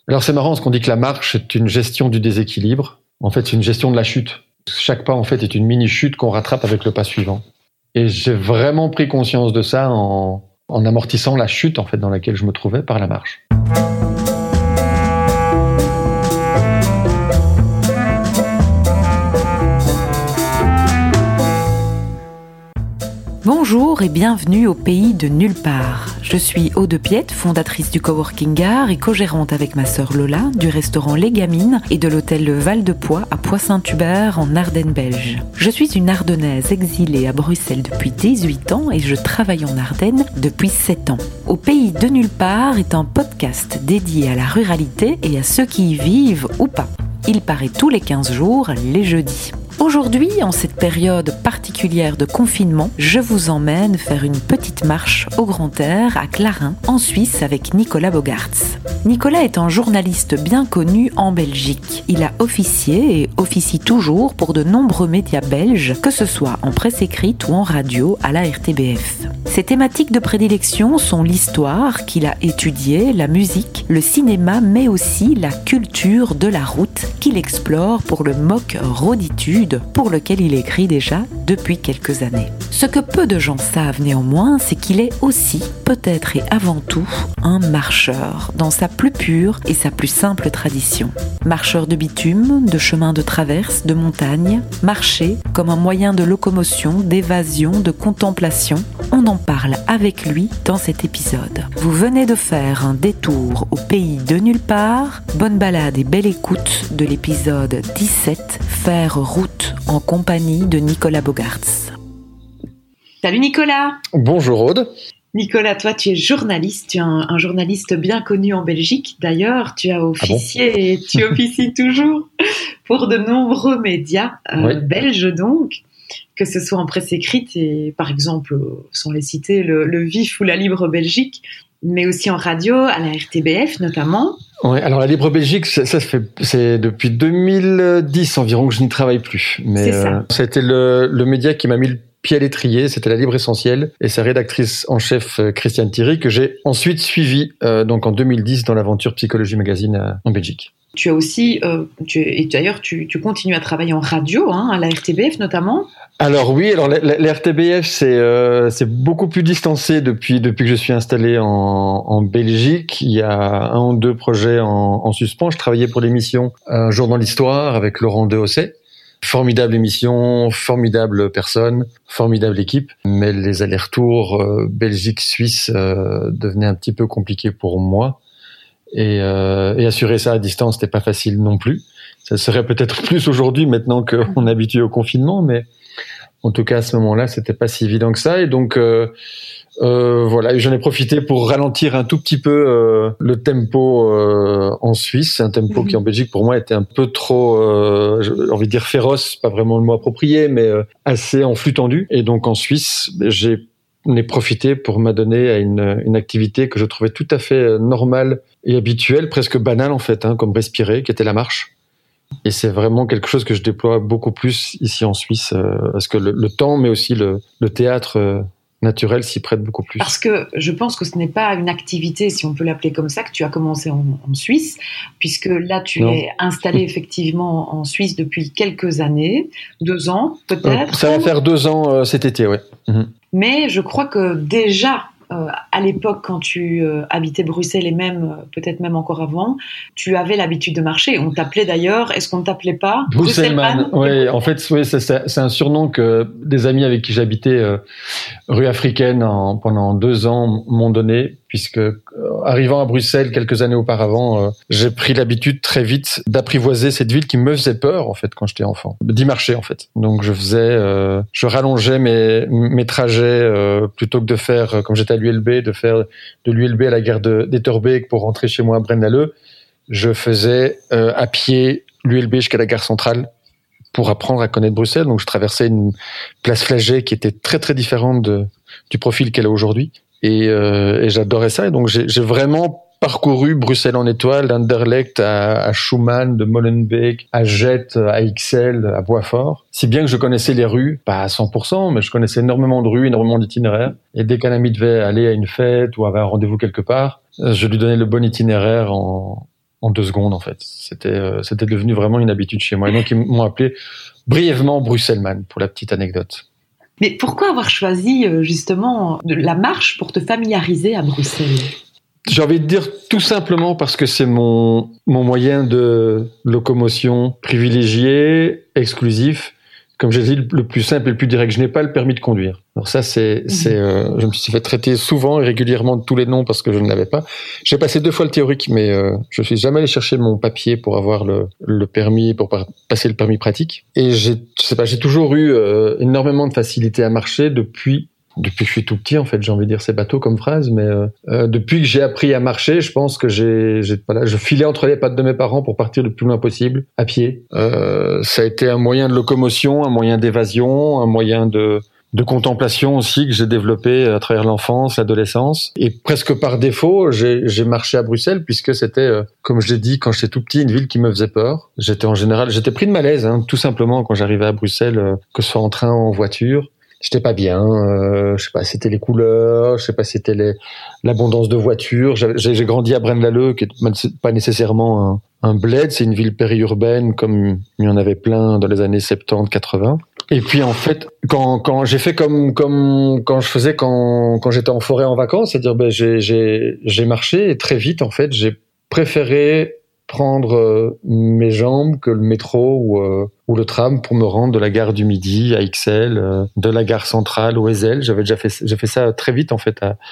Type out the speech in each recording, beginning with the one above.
Alors c'est marrant parce qu'on dit que la marche est une gestion du déséquilibre. En fait, c'est une gestion de la chute. Chaque pas, en fait, est une mini-chute qu'on rattrape avec le pas suivant. Et j'ai vraiment pris conscience de ça en amortissant la chute, en fait, dans laquelle je me trouvais par la marche. Bonjour et bienvenue au pays de nulle part. Je suis Aude Piette, fondatrice du Coworking Gare et co-gérante avec ma sœur Lola du restaurant Les Gamines et de l'hôtel Le Val de Poix à Poix-Saint-Hubert en Ardennes belge. Je suis une Ardennaise exilée à Bruxelles depuis 18 ans et je travaille en Ardennes depuis 7 ans. Au pays de nulle part est un podcast dédié à la ruralité et à ceux qui y vivent ou pas. Il paraît tous les 15 jours, les jeudis. Aujourd'hui, en cette période particulière de confinement, je vous emmène faire une petite marche au grand air à Clarins, en Suisse, avec Nicolas Bogaerts. Nicolas est un journaliste bien connu en Belgique. Il a officié et officie toujours pour de nombreux médias belges, que ce soit en presse écrite ou en radio à la RTBF. Ses thématiques de prédilection sont l'histoire qu'il a étudiée, la musique, le cinéma, mais aussi la culture de la route qu'il explore pour le MOOC Roaditude, pour lequel il écrit déjà depuis quelques années. Ce que peu de gens savent néanmoins, c'est qu'il est aussi, peut-être et avant tout, un marcheur, dans sa plus pure et sa plus simple tradition. Marcheur de bitume, de chemin de traverse, de montagne, marcher comme un moyen de locomotion, d'évasion, de contemplation, on en parle avec lui dans cet épisode. Vous venez de faire un détour au pays de nulle part. Bonne balade et belle écoute de l'épisode 17, Faire route en compagnie de Nicolas Bogaerts. Salut Nicolas. Bonjour Aude. Nicolas, toi tu es journaliste, tu es un journaliste bien connu en Belgique. D'ailleurs, tu as officié et tu officies toujours pour de nombreux médias belges donc, que ce soit en presse écrite et par exemple, sans les citer, le Vif ou la Libre Belgique, mais aussi en radio, à la RTBF notamment. Oui, alors la Libre Belgique, c'est depuis 2010 environ que je n'y travaille plus. Mais c'était le média qui m'a mis le pied à l'étrier, c'était la Libre Essentielle et sa rédactrice en chef Christiane Thierry que j'ai ensuite suivi donc en 2010 dans l'aventure Psychologie Magazine en Belgique. Tu as aussi, tu continues à travailler en radio, à la RTBF notamment. Alors oui, la RTBF c'est beaucoup plus distancé depuis que je suis installé en Belgique. Il y a un ou deux projets en suspens. Je travaillais pour l'émission Un jour dans l'histoire avec Laurent Dehosset. Formidable émission, formidable personne, formidable équipe. Mais les allers-retours Belgique-Suisse devenaient un petit peu compliqués pour moi. Et assurer ça à distance, c'était pas facile non plus. Ça serait peut-être plus aujourd'hui maintenant qu'on est habitué au confinement, mais en tout cas à ce moment-là, c'était pas si évident que ça. Et donc voilà, j'en ai profité pour ralentir un tout petit peu le tempo en Suisse, un tempo qui en Belgique pour moi était un peu trop, j'ai envie de dire féroce, pas vraiment le mot approprié, mais assez en flux tendu. Et donc en Suisse, on est profité pour m'adonner à une activité que je trouvais tout à fait normale et habituelle, presque banale en fait, comme respirer, qui était la marche. Et c'est vraiment quelque chose que je déploie beaucoup plus ici en Suisse, parce que le temps, mais aussi le théâtre naturel s'y prête beaucoup plus. Parce que je pense que ce n'est pas une activité, si on peut l'appeler comme ça, que tu as commencé en Suisse, puisque là tu es installé effectivement en Suisse depuis quelques années, 2 ans peut-être. Ça va faire 2 ans cet été, ouais. Mais je crois que déjà, à l'époque, quand tu habitais Bruxelles et peut-être même encore avant, tu avais l'habitude de marcher. On t'appelait d'ailleurs, est-ce qu'on ne t'appelait pas Bruxelleman? Oui, en fait, c'est un surnom que des amis avec qui j'habitais rue africaine pendant 2 ans m'ont donné, puisque arrivant à Bruxelles quelques années auparavant, j'ai pris l'habitude très vite d'apprivoiser cette ville qui me faisait peur en fait quand j'étais enfant, d'y marcher en fait. Donc je rallongeais mes trajets plutôt que de faire comme j'étais à l'ULB, de faire de l'ULB à la gare d'Etterbeek pour rentrer chez moi à Braine-l'Alleud. Je faisais à pied l'ULB jusqu'à la gare centrale pour apprendre à connaître Bruxelles. Donc je traversais une place Flagey qui était très très différente du profil qu'elle a aujourd'hui. Et j'adorais ça. Et donc j'ai vraiment parcouru Bruxelles en étoile, d'Anderlecht à Schuman, de Molenbeek, à Jette, à Ixelles, à Boisfort. Si bien que je connaissais les rues, pas à 100%, mais je connaissais énormément de rues, énormément d'itinéraires. Et dès qu'un ami devait aller à une fête ou avait un rendez-vous quelque part, je lui donnais le bon itinéraire en en 2 secondes en fait. C'était devenu vraiment une habitude chez moi. Et donc ils m'ont appelé brièvement Bruxelleman pour la petite anecdote. Mais pourquoi avoir choisi justement la marche pour te familiariser à Bruxelles ? J'ai envie de dire tout simplement parce que c'est mon moyen de locomotion privilégié, exclusif. Comme j'ai dit, le plus simple et le plus direct. Je n'ai pas le permis de conduire. Alors ça, je me suis fait traiter souvent et régulièrement de tous les noms parce que je ne l'avais pas. J'ai passé 2 fois le théorique, mais je suis jamais allé chercher mon papier pour avoir le permis, pour passer le permis pratique. Et j'ai toujours eu énormément de facilité à marcher depuis que je suis tout petit, en fait. J'ai envie de dire, c'est bateau comme phrase, mais depuis que j'ai appris à marcher, je pense que je filais entre les pattes de mes parents pour partir le plus loin possible, à pied. Ça a été un moyen de locomotion, un moyen d'évasion, un moyen de contemplation aussi que j'ai développé à travers l'enfance, l'adolescence. Et presque par défaut, j'ai marché à Bruxelles puisque c'était, comme je l'ai dit, quand j'étais tout petit, une ville qui me faisait peur. J'étais pris de malaise, tout simplement, quand j'arrivais à Bruxelles, que ce soit en train ou en voiture. J'étais pas bien, je sais pas, c'était les couleurs, je sais pas, c'était l'abondance de voitures. J'ai grandi à Braine-l'Alleud, qui est pas nécessairement un bled, c'est une ville périurbaine comme il y en avait plein dans les années 70, 80. Et puis en fait, quand j'ai fait comme quand je faisais quand j'étais en forêt en vacances, c'est-à-dire j'ai marché et très vite en fait, j'ai préféré prendre mes jambes que le métro ou le tram pour me rendre de la gare du Midi à Ixelles, de la gare centrale au Ezel. J'ai fait ça très vite en fait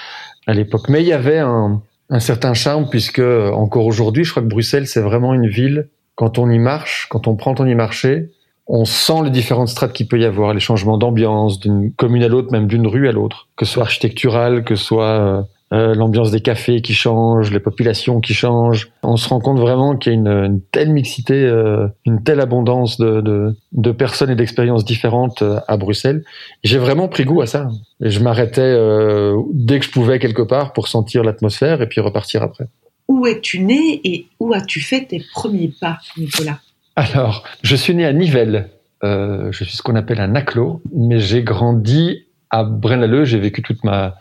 à l'époque. Mais il y avait un certain charme puisque encore aujourd'hui, je crois que Bruxelles c'est vraiment une ville. Quand on y marche, quand on prend le temps d'y marcher, on sent les différentes strates qu'il peut y avoir, les changements d'ambiance d'une commune à l'autre, même d'une rue à l'autre, que ce soit architectural, que ce soit l'ambiance des cafés qui change, les populations qui changent. On se rend compte vraiment qu'il y a une telle mixité, une telle abondance de personnes et d'expériences différentes à Bruxelles. Et j'ai vraiment pris goût à ça. Et je m'arrêtais dès que je pouvais quelque part pour sentir l'atmosphère et puis repartir après. Où es-tu né et où as-tu fait tes premiers pas, Nicolas ? Alors, je suis né à Nivelles. Je suis ce qu'on appelle un aclo, mais j'ai grandi à Braine-l'Alleud. J'ai vécu toute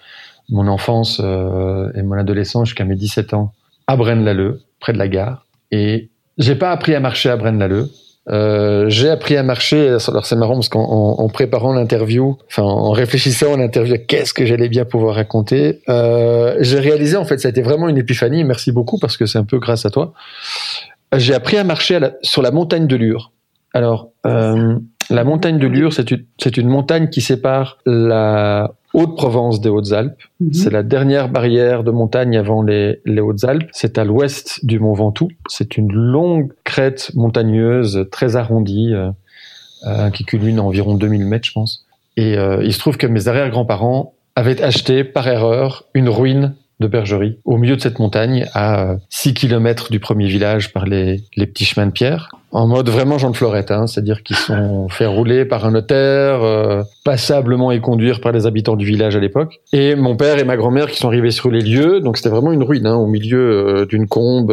mon enfance et mon adolescence jusqu'à mes 17 ans à Braine-l'Alleud, près de la gare. Et j'ai pas appris à marcher à Braine-l'Alleud. J'ai appris à marcher, alors c'est marrant parce qu'en préparant l'interview, enfin en réfléchissant à l'interview, qu'est-ce que j'allais bien pouvoir raconter, j'ai réalisé en fait, ça a été vraiment une épiphanie, merci beaucoup parce que c'est un peu grâce à toi. J'ai appris à marcher sur la montagne de Lure. Alors, la montagne de Lure, c'est une montagne qui sépare la Haute-Provence des Hautes-Alpes. Mm-hmm. C'est la dernière barrière de montagne avant les Hautes-Alpes. C'est à l'ouest du mont Ventoux. C'est une longue crête montagneuse, très arrondie, qui culmine à environ 2000 mètres, je pense. Et il se trouve que mes arrière-grands-parents avaient acheté, par erreur, une ruine de bergerie au milieu de cette montagne à 6 km du premier village par les petits chemins de pierre, en mode vraiment Jean de Florette, c'est-à-dire qu'ils sont fait rouler par un notaire, passablement et conduire par les habitants du village à l'époque. Et mon père et ma grand-mère qui sont arrivés sur les lieux, donc c'était vraiment une ruine, au milieu d'une combe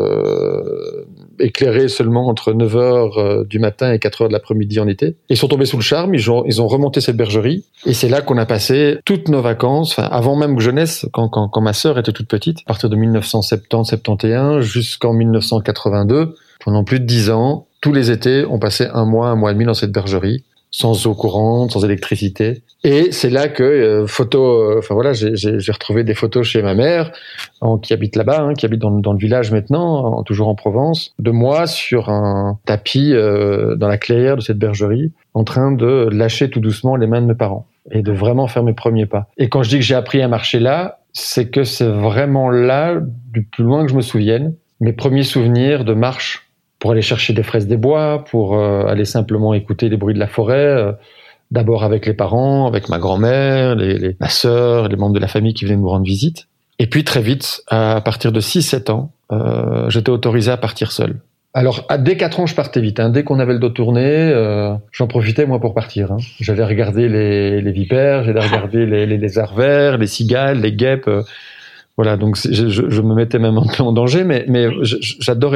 éclairée seulement entre 9h du matin et 4h de l'après-midi en été. Ils sont tombés sous le charme, ils ont remonté cette bergerie, et c'est là qu'on a passé toutes nos vacances, avant même que je naisse, quand ma sœur était toute petite, à partir de 1970-71 jusqu'en 1982, pendant plus de 10 ans, tous les étés, on passait un mois et demi dans cette bergerie, sans eau courante, sans électricité. Et c'est là que j'ai retrouvé des photos chez ma mère, qui habite là-bas, qui habite dans le village maintenant, toujours en Provence, de moi sur un tapis dans la clairière de cette bergerie, en train de lâcher tout doucement les mains de mes parents et de vraiment faire mes premiers pas. Et quand je dis que j'ai appris à marcher là, c'est que c'est vraiment là, du plus loin que je me souvienne, mes premiers souvenirs de marche pour aller chercher des fraises des bois, pour aller simplement écouter les bruits de la forêt, d'abord avec les parents, avec ma grand-mère, ma sœur, les membres de la famille qui venaient nous rendre visite. Et puis très vite, à partir de 6-7 ans, j'étais autorisé à partir seul. Alors, dès 4 ans, je partais vite. Dès qu'on avait le dos tourné, j'en profitais, moi, pour partir. J'allais regarder les vipères, j'allais regarder les lézards verts, les cigales, les guêpes. Voilà, donc je me mettais même un peu en danger, mais j'adorais ça.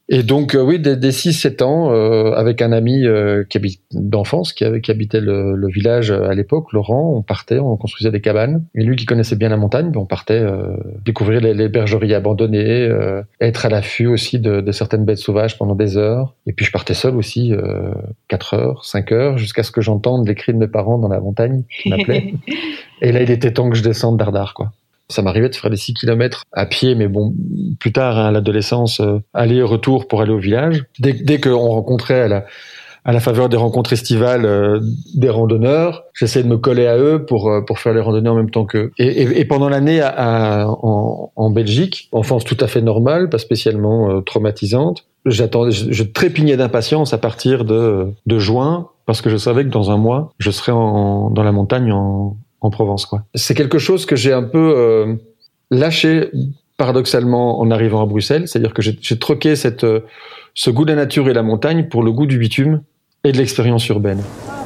Et donc, oui, dès 6-7 ans, avec un ami d'enfance qui habitait le village à l'époque, Laurent, on construisait des cabanes. Et lui qui connaissait bien la montagne, on partait découvrir les bergeries abandonnées, être à l'affût aussi de certaines bêtes sauvages pendant des heures. Et puis je partais seul aussi, 4 heures, 5 heures, jusqu'à ce que j'entende les cris de mes parents dans la montagne qui m'appelaient. Et là, il était temps que je descende dardard, quoi. Ça m'arrivait de faire les 6 kilomètres à pied, mais bon, plus tard, à l'adolescence, aller-retour pour aller au village. Dès qu'on rencontrait à la faveur des rencontres estivales des randonneurs, j'essayais de me coller à eux pour faire les randonnées en même temps qu'eux. Et pendant l'année en Belgique, enfance tout à fait normale, pas spécialement traumatisante, je trépignais d'impatience à partir de juin, parce que je savais que dans un mois, je serais dans la montagne en Provence, quoi. C'est quelque chose que j'ai un peu lâché paradoxalement en arrivant à Bruxelles, c'est-à-dire que j'ai troqué ce goût de la nature et la montagne pour le goût du bitume et de l'expérience urbaine.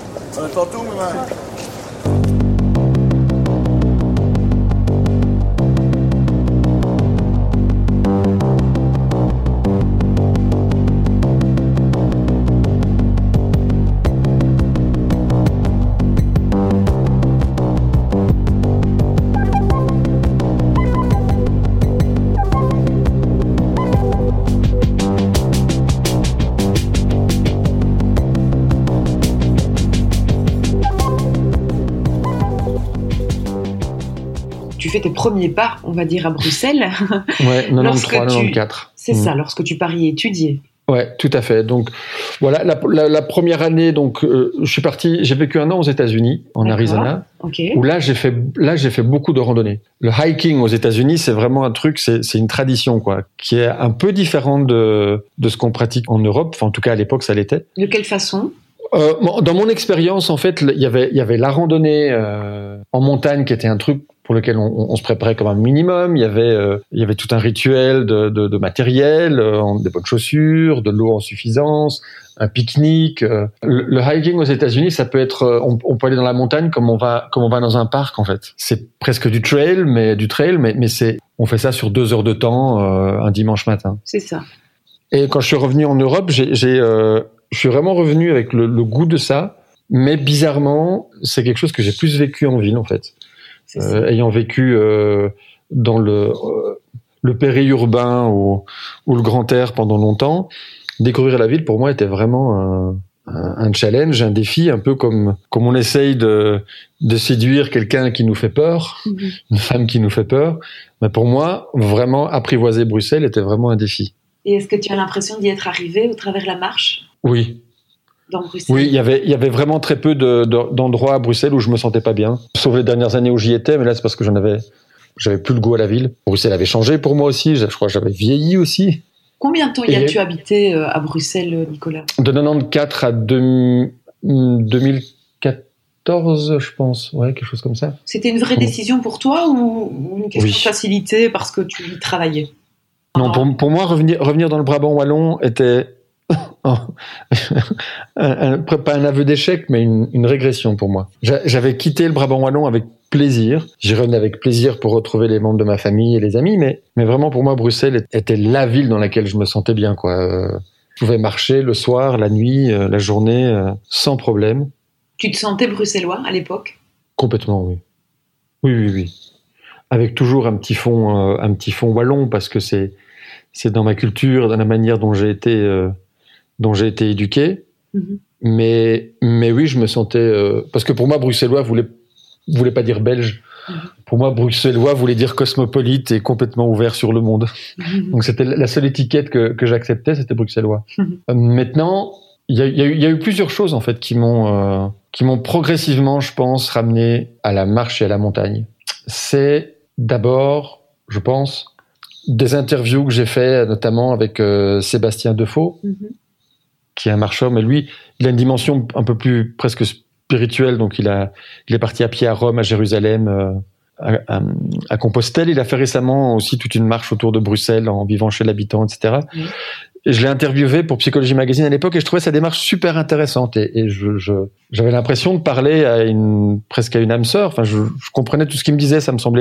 Tu fais tes premiers pas, on va dire, à Bruxelles. Ouais, 93-94. C'est ça, lorsque tu pars y étudier. Ouais, tout à fait. Donc voilà, la première année, donc j'ai vécu 1 an aux États-Unis, en Arizona, où là j'ai fait beaucoup de randonnées. Le hiking aux États-Unis, c'est vraiment un truc, c'est une tradition, quoi, qui est un peu différente de ce qu'on pratique en Europe. Enfin, en tout cas à l'époque, ça l'était. De quelle façon? Dans mon expérience, en fait, il y avait la randonnée en montagne qui était un truc pour lequel on se préparait comme un minimum. Il y avait tout un rituel de matériel, des bonnes chaussures, de l'eau en suffisance, un pique-nique. Le hiking aux États-Unis, ça peut être, on peut aller dans la montagne comme on va dans un parc, en fait. C'est presque du trail, mais on fait ça sur 2 heures de temps, un dimanche matin. C'est ça. Et quand je suis revenu en Europe, je suis vraiment revenu avec le goût de ça, mais bizarrement, c'est quelque chose que j'ai plus vécu en ville, en fait. Ayant vécu dans le périurbain ou le grand air pendant longtemps, découvrir la ville pour moi était vraiment un challenge, un défi, un peu comme on essaye de séduire quelqu'un qui nous fait peur, une femme qui nous fait peur. Mais pour moi, vraiment apprivoiser Bruxelles était vraiment un défi. Et est-ce que tu as l'impression d'y être arrivé au travers de la marche? Oui. Dans Bruxelles. Oui, il y avait vraiment très peu d'endroits à Bruxelles où je me sentais pas bien. Sauf les dernières années où j'y étais, mais là c'est parce que j'avais plus le goût à la ville. Bruxelles avait changé pour moi aussi. Je crois que j'avais vieilli aussi. Combien de temps y as-tu habité à Bruxelles, Nicolas? De 94 à 2014, je pense. Ouais, quelque chose comme ça. C'était une vraie décision pour toi ou une question de facilité parce que tu y travaillais? Non, pour moi, revenir dans le Brabant wallon était pas un aveu d'échec, mais une régression pour moi. J'avais quitté le Brabant wallon avec plaisir. J'y revenais avec plaisir pour retrouver les membres de ma famille et les amis, mais vraiment pour moi, Bruxelles était la ville dans laquelle je me sentais bien, quoi. Je pouvais marcher le soir, la nuit, la journée, sans problème. Tu te sentais bruxellois à l'époque? Complètement, oui. Oui. Avec toujours un petit fond wallon, parce que c'est dans ma culture, dans la manière dont j'ai été éduqué. Mais oui, je me sentais parce que pour moi, bruxellois voulait pas dire belge. Pour moi, bruxellois voulait dire cosmopolite et complètement ouvert sur le monde. Donc c'était la seule étiquette que j'acceptais, c'était bruxellois. Maintenant, il y a eu plusieurs choses en fait qui m'ont progressivement, je pense, ramené à la marche et à la montagne. C'est d'abord, je pense, des interviews que j'ai fait notamment avec Sébastien Defoe, qui est un marcheur, mais lui, il a une dimension un peu plus presque spirituelle, donc il est parti à pied à Rome, à Jérusalem, à Compostelle. Il a fait récemment aussi toute une marche autour de Bruxelles en vivant chez l'habitant, etc. Et je l'ai interviewé pour Psychologie Magazine à l'époque et je trouvais sa démarche super intéressante et j'avais l'impression de parler presque à une âme sœur. Enfin, je comprenais tout ce qu'il me disait, ça me semblait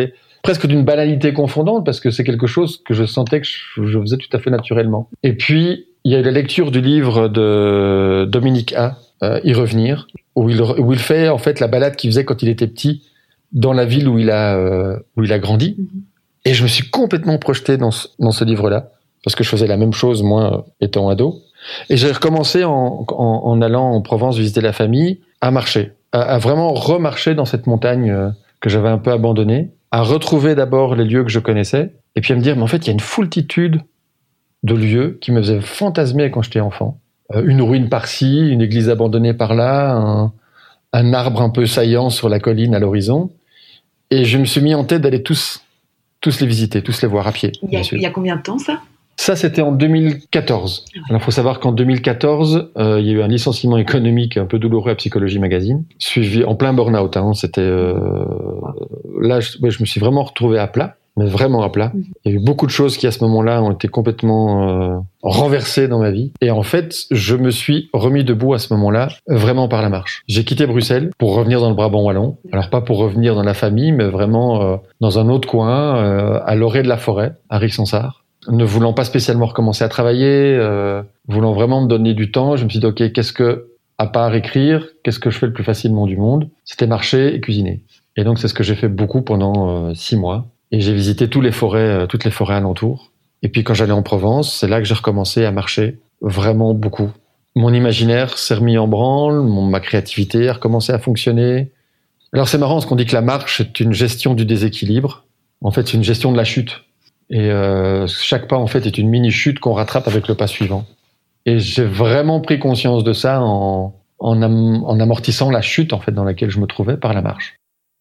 presque d'une banalité confondante, parce que c'est quelque chose que je sentais que je faisais tout à fait naturellement. Et puis, il y a eu la lecture du livre de Dominique A, Y revenir, où il fait en fait la balade qu'il faisait quand il était petit dans la ville où il a grandi. Et je me suis complètement projeté dans ce livre-là, parce que je faisais la même chose, moi, étant ado. Et j'ai recommencé en allant en Provence visiter la famille, à marcher, à vraiment remarcher dans cette montagne que j'avais un peu abandonnée, à retrouver d'abord les lieux que je connaissais, et puis à me dire, mais en fait, il y a une foultitude de lieux qui me faisaient fantasmer quand j'étais enfant. Une ruine par-ci, une église abandonnée par-là, un arbre un peu saillant sur la colline à l'horizon. Et je me suis mis en tête d'aller tous les visiter, tous les voir à pied. Il y a combien de temps, ça ? Ça, c'était en 2014. Alors, il faut savoir qu'en 2014, il y a eu un licenciement économique un peu douloureux à Psychologie Magazine, suivi en plein burn-out. C'était là, je me suis vraiment retrouvé à plat, mais vraiment à plat. Il y a eu beaucoup de choses qui, à ce moment-là, ont été complètement renversées dans ma vie. Et en fait, je me suis remis debout à ce moment-là, vraiment par la marche. J'ai quitté Bruxelles pour revenir dans le Brabant wallon. Alors, pas pour revenir dans la famille, mais vraiment dans un autre coin, à l'orée de la forêt, à Rixensart. Ne voulant pas spécialement recommencer à travailler, voulant vraiment me donner du temps, je me suis dit, OK, à part écrire, qu'est-ce que je fais le plus facilement du monde ? C'était marcher et cuisiner. Et donc, c'est ce que j'ai fait beaucoup pendant 6 mois. Et j'ai visité toutes les forêts alentours. Et puis, quand j'allais en Provence, c'est là que j'ai recommencé à marcher vraiment beaucoup. Mon imaginaire s'est remis en branle, ma créativité a recommencé à fonctionner. Alors, c'est marrant, parce qu'on dit que la marche est une gestion du déséquilibre. En fait, c'est une gestion de la chute. Et chaque pas, en fait, est une mini-chute qu'on rattrape avec le pas suivant. Et j'ai vraiment pris conscience de ça en amortissant la chute, en fait, dans laquelle je me trouvais par la marche.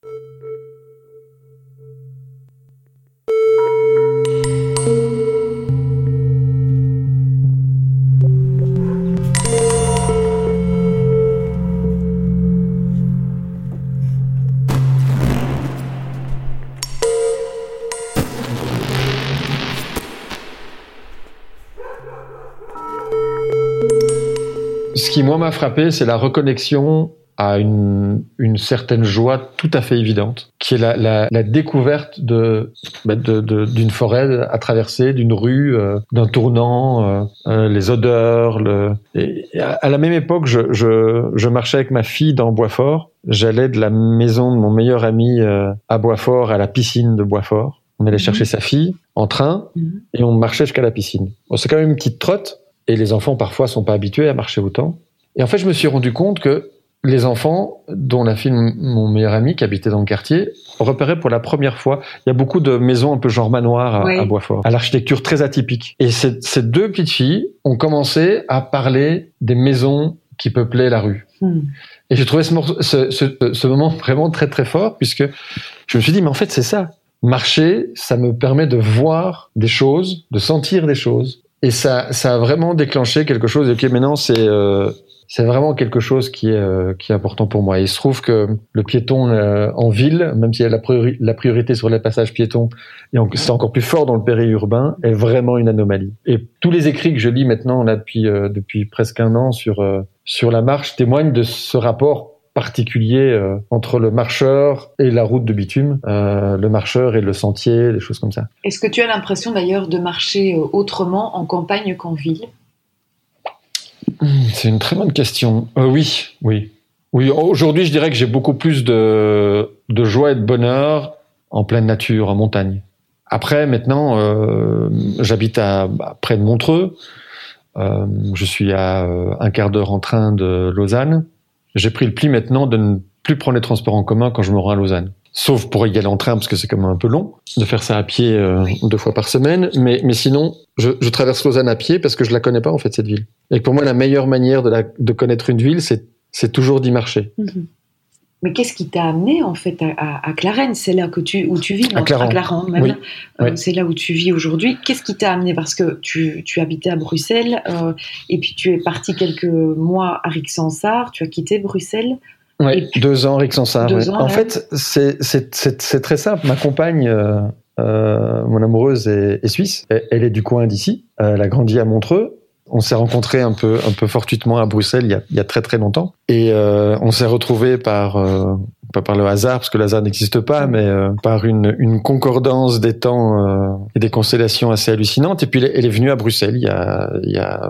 Ce qui, moi, m'a frappé, c'est la reconnexion à une certaine joie tout à fait évidente, qui est la découverte d'une forêt à traverser, d'une rue, d'un tournant, les odeurs. Et à la même époque, je marchais avec ma fille dans Boisfort. J'allais de la maison de mon meilleur ami à Boisfort à la piscine de Boisfort. On allait chercher sa fille en train et on marchait jusqu'à la piscine. Bon, c'est quand même une petite trotte. Et les enfants, parfois, sont pas habitués à marcher autant. Et en fait, je me suis rendu compte que les enfants, dont la fille de mon meilleur ami, qui habitait dans le quartier, repéraient pour la première fois. Il y a beaucoup de maisons un peu genre manoir à Boisfort, à l'architecture très atypique. Et ces 2 petites filles ont commencé à parler des maisons qui peuplaient la rue. Et j'ai trouvé ce moment vraiment très, très fort, puisque je me suis dit, mais en fait, c'est ça. Marcher, ça me permet de voir des choses, de sentir des choses. Et ça a vraiment déclenché quelque chose. Ok, maintenant c'est vraiment quelque chose qui est important pour moi. Et il se trouve que le piéton en ville, même s'il y a la priorité sur les passages piétons, et c'est encore plus fort dans le périurbain, est vraiment une anomalie. Et tous les écrits que je lis maintenant là depuis presque 1 an sur la marche témoignent de ce rapport particulier entre le marcheur et la route de bitume, le marcheur et le sentier, des choses comme ça. Est-ce que tu as l'impression d'ailleurs de marcher autrement en campagne qu'en ville ? C'est une très bonne question. Oui. Aujourd'hui, je dirais que j'ai beaucoup plus de joie et de bonheur en pleine nature, en montagne. Après, maintenant, j'habite près de Montreux. Je suis à 1/4 d'heure en train de Lausanne. J'ai pris le pli maintenant de ne plus prendre les transports en commun quand je me rends à Lausanne. Sauf pour y aller en train, parce que c'est quand même un peu long de faire ça à pied 2 fois par semaine. Mais sinon, je traverse Lausanne à pied parce que je la connais pas, en fait, cette ville. Et pour moi, la meilleure manière de connaître une ville, c'est toujours d'y marcher. Mais qu'est-ce qui t'a amené, en fait, à Clarens ? C'est là où tu vis, à Clarens même. Oui. C'est là où tu vis aujourd'hui. Qu'est-ce qui t'a amené ? Parce que tu habitais à Bruxelles, et puis tu es parti quelques mois à Rixensart, tu as quitté Bruxelles. Oui, 2 ans Rixensart. En fait, c'est très simple. Ma compagne, mon amoureuse, est suisse. Elle est du coin d'ici. Elle a grandi à Montreux. On s'est rencontrés un peu fortuitement à Bruxelles il y a très très longtemps. Et on s'est retrouvés par pas par le hasard, parce que le hasard n'existe pas, mais par une concordance des temps et des constellations assez hallucinantes. Et puis elle est venue à Bruxelles il y a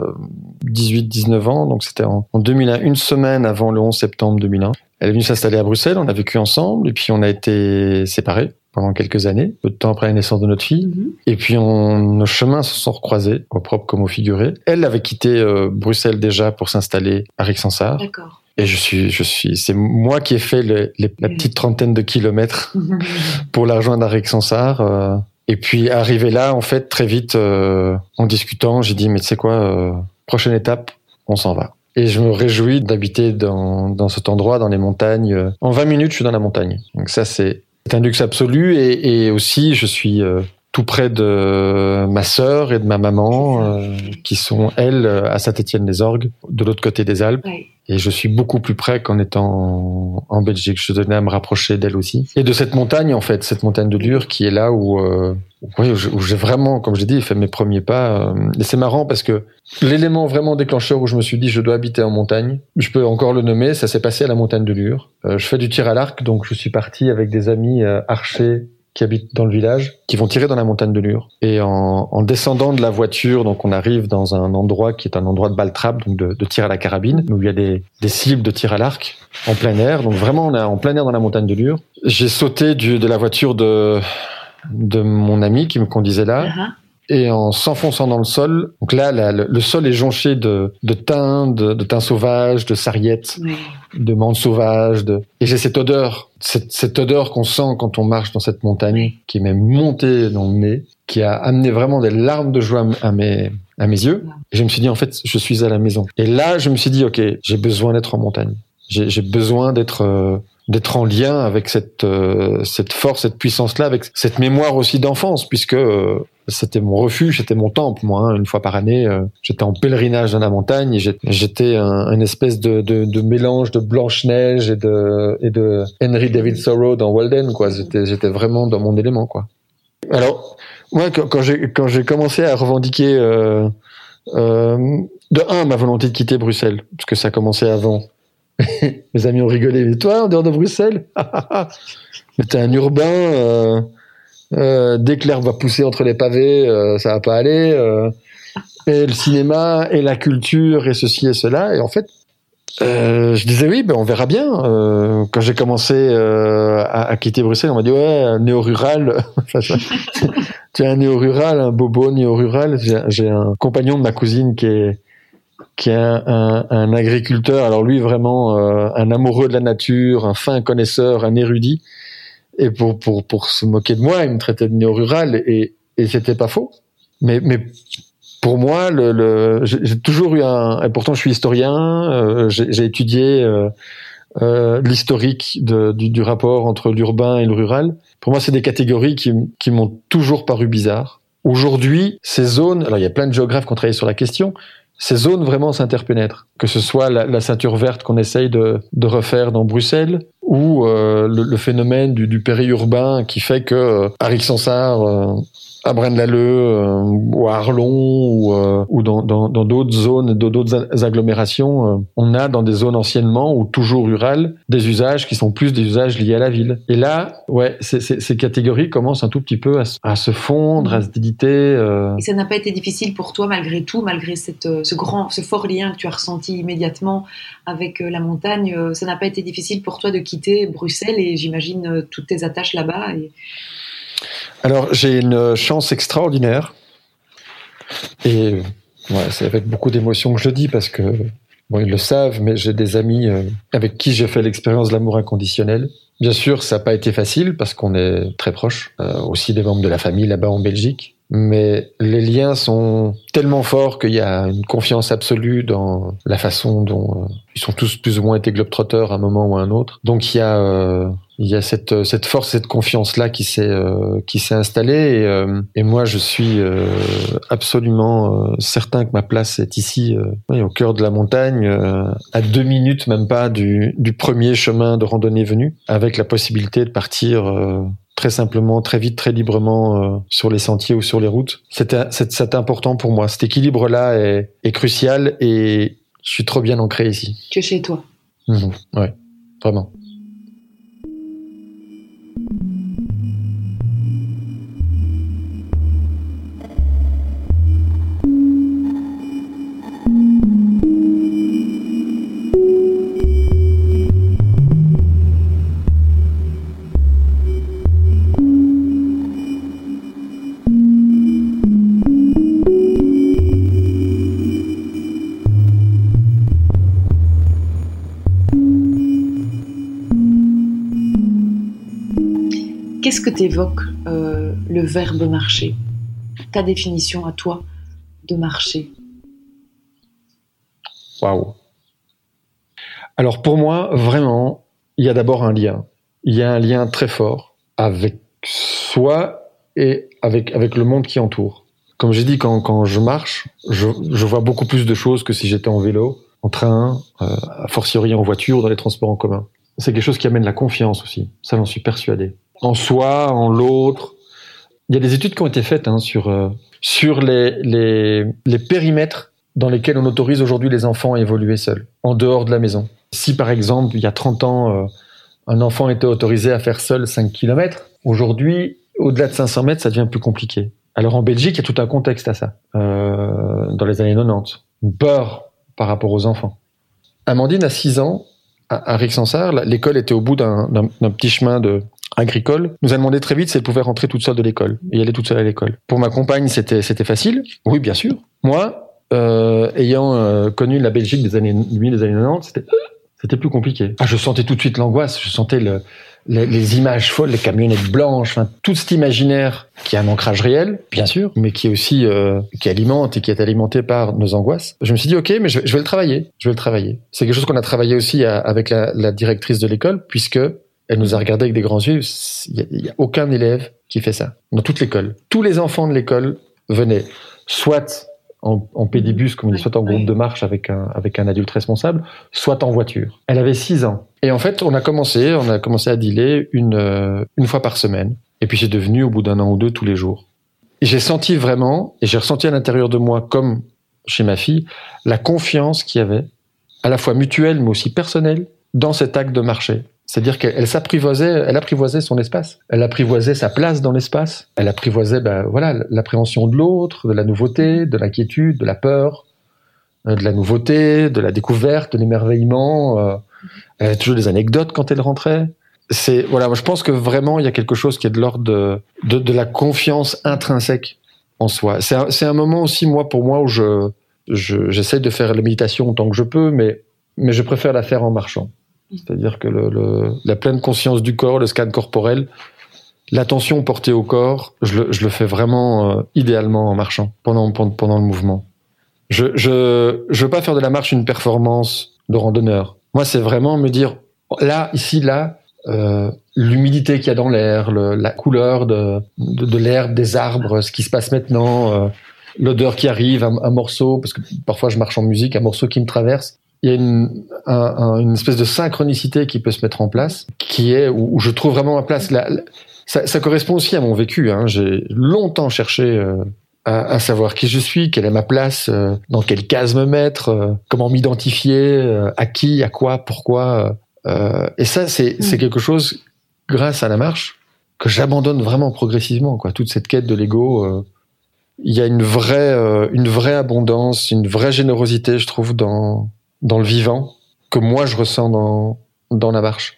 18-19 ans, donc c'était en 2001, une semaine avant le 11 septembre 2001. Elle est venue s'installer à Bruxelles, on a vécu ensemble, et puis on a été séparés pendant quelques années, peu de temps après la naissance de notre fille. Et puis nos chemins se sont recroisés, au propre comme au figuré. Elle avait quitté Bruxelles déjà pour s'installer à Rixensart. D'accord. Et c'est moi qui ai fait la petite trentaine de kilomètres pour la rejoindre à Rixensart. Et puis arrivé là, en fait, très vite, en discutant, j'ai dit mais tu sais quoi, prochaine étape, on s'en va. Et je me réjouis d'habiter dans cet endroit, dans les montagnes. En 20 minutes, je suis dans la montagne. Donc ça, c'est un luxe absolu. Et aussi, je suis tout près de ma sœur et de ma maman, qui sont, elles, à Saint-Étienne-les-Orgues, de l'autre côté des Alpes. Oui. Et je suis beaucoup plus près qu'en étant en Belgique. Je tenais à me rapprocher d'elle aussi. Et de cette montagne, en fait, cette montagne de Lure, qui est là où j'ai vraiment, comme j'ai dit, fait mes premiers pas. Et c'est marrant parce que l'élément vraiment déclencheur où je me suis dit je dois habiter en montagne, je peux encore le nommer, ça s'est passé à la montagne de Lure. Je fais du tir à l'arc, donc je suis parti avec des amis archers qui habitent dans le village, qui vont tirer dans la montagne de Lure. Et en descendant de la voiture, donc on arrive dans un endroit qui est un endroit de balle-trappe, donc de tir à la carabine, où il y a des cibles de tir à l'arc en plein air. Donc vraiment, on est en plein air dans la montagne de Lure. J'ai sauté de la voiture de mon ami qui me conduisait là. Uh-huh. Et en s'enfonçant dans le sol, donc là, le sol est jonché de thym, de thym sauvage, de sarriette, oui, de menthe sauvage, et j'ai cette odeur, cette odeur qu'on sent quand on marche dans cette montagne, oui, qui m'est montée dans le nez, qui a amené vraiment des larmes de joie à mes yeux. Oui. Et je me suis dit, en fait, je suis à la maison. Et là, je me suis dit, ok, j'ai besoin d'être en montagne. J'ai besoin d'être en lien avec cette force, cette puissance-là, avec cette mémoire aussi d'enfance, puisque c'était mon refuge, c'était mon temple, moi. Une fois par année, j'étais en pèlerinage dans la montagne et j'étais un espèce de mélange de Blanche-Neige et de Henry David Thoreau dans Walden, quoi. J'étais vraiment dans mon élément, quoi. Alors, moi, quand j'ai commencé à revendiquer ma volonté de quitter Bruxelles, parce que ça commençait avant. Mes amis ont rigolé. Mais toi, en dehors de Bruxelles, mais t'es un urbain. Dès que l'herbe va pousser entre les pavés, ça va pas aller. Et le cinéma, et la culture, et ceci et cela. Et en fait, je disais oui, on verra bien. Quand j'ai commencé à quitter Bruxelles, on m'a dit ouais, néo-rural. Tu es un néo-rural, un bobo néo-rural. J'ai un compagnon de ma cousine qui est un agriculteur, alors lui vraiment un amoureux de la nature, un fin connaisseur, un érudit, et pour se moquer de moi, il me traitait de néo-rural, et c'était pas faux. Mais pour moi, j'ai toujours eu et pourtant je suis historien, j'ai étudié l'historique du rapport entre l'urbain et le rural. Pour moi, c'est des catégories qui m'ont toujours paru bizarres. Aujourd'hui, ces zones, alors il y a plein de géographes qui ont travaillé sur la question, ces zones vraiment s'interpénètrent, que ce soit la ceinture verte qu'on essaye de refaire dans Bruxelles, ou le phénomène du périurbain qui fait que à Rixensart, à Braine-l'Alleud, ou à Arlon, ou dans d'autres zones, d'autres agglomérations, on a dans des zones anciennement ou toujours rurales des usages qui sont plus des usages liés à la ville. Et là, ouais, ces catégories commencent un tout petit peu à se fondre, à se déliter. Et ça n'a pas été difficile pour toi malgré tout, malgré ce fort lien que tu as ressenti immédiatement avec la montagne, ça n'a pas été difficile pour toi de quitter Bruxelles et j'imagine toutes tes attaches là-bas Alors, j'ai une chance extraordinaire et c'est avec beaucoup d'émotion que je le dis parce que ils le savent, mais j'ai des amis avec qui j'ai fait l'expérience de l'amour inconditionnel. Bien sûr, ça n'a pas été facile parce qu'on est très proches, aussi des membres de la famille là-bas en Belgique. Mais les liens sont tellement forts qu'il y a une confiance absolue dans la façon dont ils sont tous plus ou moins été globetrotters à un moment ou à un autre. Donc il y a cette force, cette confiance-là qui s'est installée et moi je suis absolument certain que ma place est ici, au cœur de la montagne, à 2 minutes même pas du premier chemin de randonnée venu, avec la possibilité de partir très simplement, très vite, très librement sur les sentiers ou sur les routes. C'est important pour moi. Cet équilibre-là est crucial et je suis trop bien ancré ici. Tu es chez toi. Ouais, vraiment. Qu'est-ce que t'évoque le verbe marcher? Ta définition à toi de marcher? Waouh. Alors pour moi, vraiment, il y a d'abord un lien. Il y a un lien très fort avec soi et avec le monde qui entoure. Comme j'ai dit, quand je marche, je vois beaucoup plus de choses que si j'étais en vélo, en train, a fortiori en voiture, dans les transports en commun. C'est quelque chose qui amène la confiance aussi. Ça, j'en suis persuadé. En soi, en l'autre. Il y a des études qui ont été faites sur les périmètres dans lesquels on autorise aujourd'hui les enfants à évoluer seuls, en dehors de la maison. Si par exemple, il y a 30 ans, un enfant était autorisé à faire seul 5 km, aujourd'hui, au-delà de 500 mètres, ça devient plus compliqué. Alors en Belgique, il y a tout un contexte à ça, dans les années 90. Une peur par rapport aux enfants. Amandine a 6 ans, à Rixensart, l'école était au bout d'un petit chemin agricole, nous a demandé très vite si elle pouvait rentrer toute seule de l'école et aller toute seule à l'école. Pour ma compagne, c'était facile. Oui, bien sûr. Moi, ayant connu la Belgique des années 90, c'était plus compliqué. Je sentais tout de suite l'angoisse. Je sentais les images folles, les camionnettes blanches, toute cet imaginaire qui a un ancrage réel, bien sûr, mais qui est aussi qui alimente et qui est alimenté par nos angoisses. Je me suis dit ok, mais je vais le travailler. Je vais le travailler. C'est quelque chose qu'on a travaillé aussi avec la directrice de l'école, puisque elle nous a regardé avec des grands yeux. Il y a aucun élève qui fait ça dans toute l'école. Tous les enfants de l'école venaient soit en pédibus, comme on dit, soit en groupe de marche avec un adulte responsable, soit en voiture. Elle avait 6 ans. Et en fait, on a commencé à dealer une fois par semaine. Et puis c'est devenu, au bout d'un an ou deux, tous les jours. Et j'ai senti vraiment, et j'ai ressenti à l'intérieur de moi, comme chez ma fille, la confiance qu'il y avait, à la fois mutuelle, mais aussi personnelle, dans cet acte de marcher. C'est-à-dire qu'elle apprivoisait son espace. Elle apprivoisait sa place dans l'espace. Elle apprivoisait, l'appréhension de l'autre, de la nouveauté, de l'inquiétude, de la peur, de la nouveauté, de la découverte, de l'émerveillement. Elle avait toujours des anecdotes quand elle rentrait. Je pense que vraiment, il y a quelque chose qui est de l'ordre de la confiance intrinsèque en soi. C'est un moment aussi, pour moi, où j'essaie de faire la méditation autant que je peux, mais je préfère la faire en marchant. C'est-à-dire que la pleine conscience du corps, le scan corporel, l'attention portée au corps, je le fais vraiment idéalement en marchant, pendant le mouvement. Je veux pas faire de la marche une performance de randonneur. Moi, c'est vraiment me dire, ici, l'humidité qu'il y a dans l'air, la couleur de l'herbe, des arbres, ce qui se passe maintenant, l'odeur qui arrive, un morceau, parce que parfois je marche en musique, un morceau qui me traverse. Il y a une espèce de synchronicité qui peut se mettre en place, qui est où je trouve vraiment ma place. Ça correspond aussi à mon vécu. J'ai longtemps cherché à savoir qui je suis, quelle est ma place, dans quelle case me mettre, comment m'identifier, à qui, à quoi, pourquoi. Et ça, c'est quelque chose, grâce à la marche, que j'abandonne vraiment progressivement. Toute cette quête de l'ego. Il y a une vraie abondance, une vraie générosité, je trouve, dans le vivant, que moi je ressens dans la marche.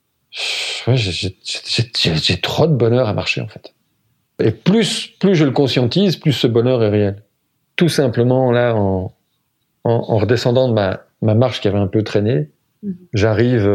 J'ai trop de bonheur à marcher, en fait. Et plus je le conscientise, plus ce bonheur est réel. Tout simplement, là, en redescendant de ma marche qui avait un peu traîné, j'arrive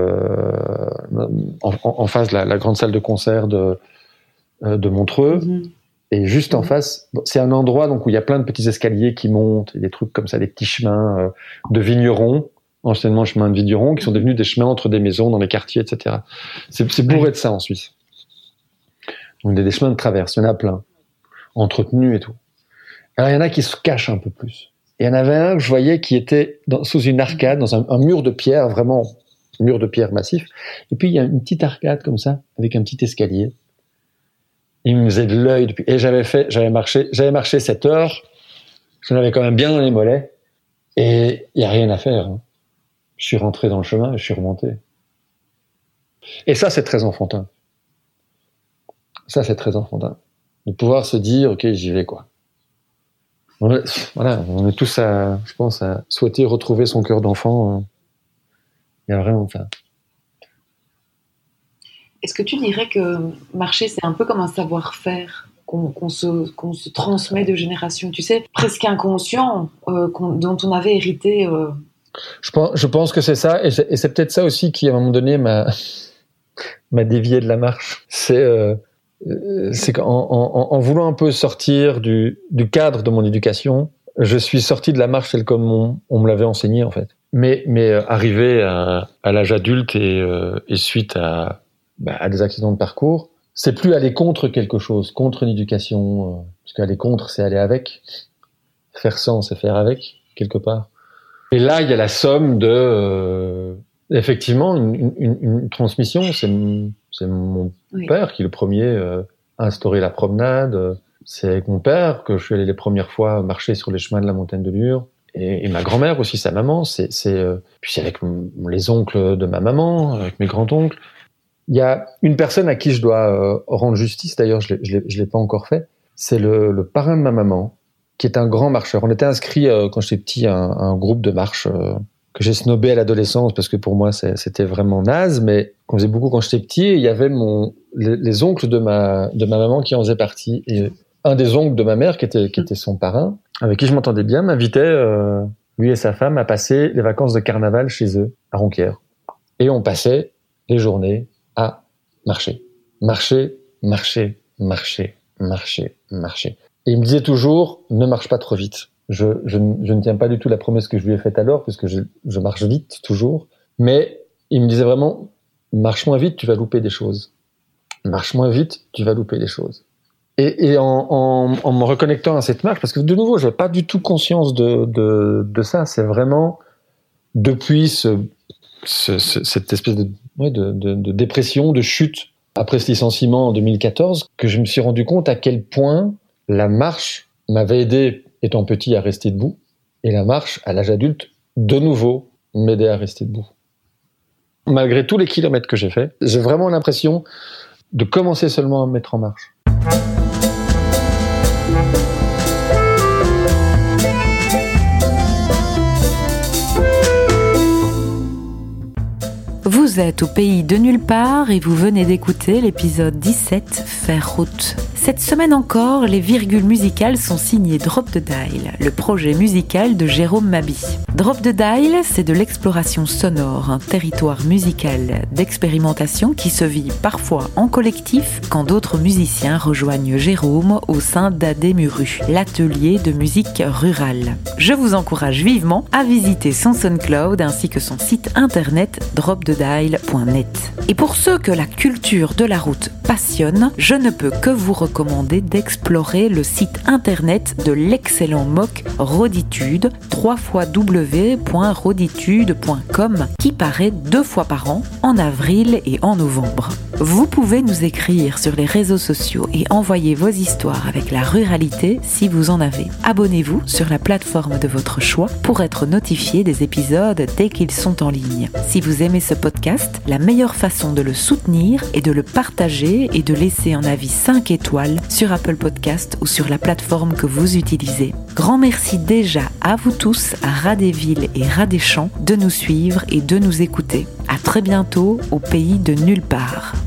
en face de la grande salle de concert de Montreux. Et juste en face, c'est un endroit où il y a plein de petits escaliers qui montent, et des trucs comme ça, des petits chemins de vignerons, anciennement chemins de vignerons, qui sont devenus des chemins entre des maisons, dans les quartiers, etc. C'est bourré de ça en Suisse. Donc des chemins de traverse, il y en a plein, entretenus et tout. Alors il y en a qui se cachent un peu plus. Et il y en avait un que je voyais qui était sous une arcade, dans un mur de pierre, vraiment mur de pierre massif. Et puis il y a une petite arcade comme ça, avec un petit escalier. Il me faisait de l'œil depuis. Et j'avais marché 7 heures. J'en avais quand même bien dans les mollets. Et il n'y a rien à faire. Je suis rentré dans le chemin et je suis remonté. Et ça, c'est très enfantin. De pouvoir se dire, ok, j'y vais, quoi. On est tous je pense, à souhaiter retrouver son cœur d'enfant. Il y a vraiment ça. Est-ce que tu dirais que marcher, c'est un peu comme un savoir-faire qu'on se transmet de génération, tu sais, presque inconscient, dont on avait hérité Je pense que c'est ça, et c'est peut-être ça aussi qui, à un moment donné, m'a dévié de la marche. C'est qu'en voulant un peu sortir du cadre de mon éducation, je suis sorti de la marche telle comme on me l'avait enseigné en fait. Mais arrivé à l'âge adulte et suite à des accidents de parcours, c'est plus aller contre quelque chose, contre une éducation, parce qu'aller contre, c'est aller avec. Faire sans, c'est faire avec, quelque part. Et là, il y a la somme de, effectivement, une transmission. C'est mon père qui est le premier à instaurer la promenade. C'est avec mon père que je suis allé les premières fois marcher sur les chemins de la montagne de Lure. Et ma grand-mère aussi, sa maman. Puis c'est avec les oncles de ma maman, avec mes grands-oncles. Il y a une personne à qui je dois rendre justice, d'ailleurs je l'ai pas encore fait, c'est le parrain de ma maman, qui est un grand marcheur. On était inscrits quand j'étais petit à un groupe de marche que j'ai snobé à l'adolescence parce que pour moi c'était vraiment naze, mais qu'on faisait beaucoup quand j'étais petit. Et il y avait les oncles de ma maman qui en faisaient partie. Et un des oncles de ma mère, qui était son parrain, avec qui je m'entendais bien, m'invitait, lui et sa femme, à passer les vacances de carnaval chez eux, à Ronquière. Et on passait les journées à marcher. Marcher, marcher, marcher, marcher, marcher. Et il me disait toujours, ne marche pas trop vite. Je ne tiens pas du tout la promesse que je lui ai faite alors, puisque je marche vite, toujours. Mais il me disait vraiment, marche moins vite, tu vas louper des choses. Marche moins vite, tu vas louper des choses. Et en me reconnectant à cette marche, parce que de nouveau, je n'avais pas du tout conscience de ça. C'est vraiment, depuis cette espèce de dépression, de chute, après ce licenciement en 2014, que je me suis rendu compte à quel point la marche m'avait aidé, étant petit, à rester debout, et la marche, à l'âge adulte, de nouveau, m'aidait à rester debout. Malgré tous les kilomètres que j'ai faits, j'ai vraiment l'impression de commencer seulement à me mettre en marche. Vous êtes au pays de nulle part et vous venez d'écouter l'épisode 17, Faire route. Cette semaine encore, les virgules musicales sont signées Drop the Dial, le projet musical de Jérôme Mabi. Drop the Dial, c'est de l'exploration sonore, un territoire musical d'expérimentation qui se vit parfois en collectif quand d'autres musiciens rejoignent Jérôme au sein d'Ademuru, l'atelier de musique rurale. Je vous encourage vivement à visiter son SoundCloud ainsi que son site internet dropthedial.net. Et pour ceux que la culture de la route passionne, je ne peux que vous recommander d'explorer le site internet de l'excellent MOOC Roaditude, www.roaditude.com, qui paraît 2 fois par an, en avril et en novembre. Vous pouvez nous écrire sur les réseaux sociaux et envoyer vos histoires avec la ruralité si vous en avez. Abonnez-vous sur la plateforme de votre choix pour être notifié des épisodes dès qu'ils sont en ligne. Si vous aimez ce podcast, la meilleure façon de le soutenir est de le partager et de laisser un avis 5 étoiles sur Apple Podcast ou sur la plateforme que vous utilisez. Grand merci déjà à vous tous, à Ras des Villes et Ras des Champs, de nous suivre et de nous écouter. À très bientôt au pays de nulle part.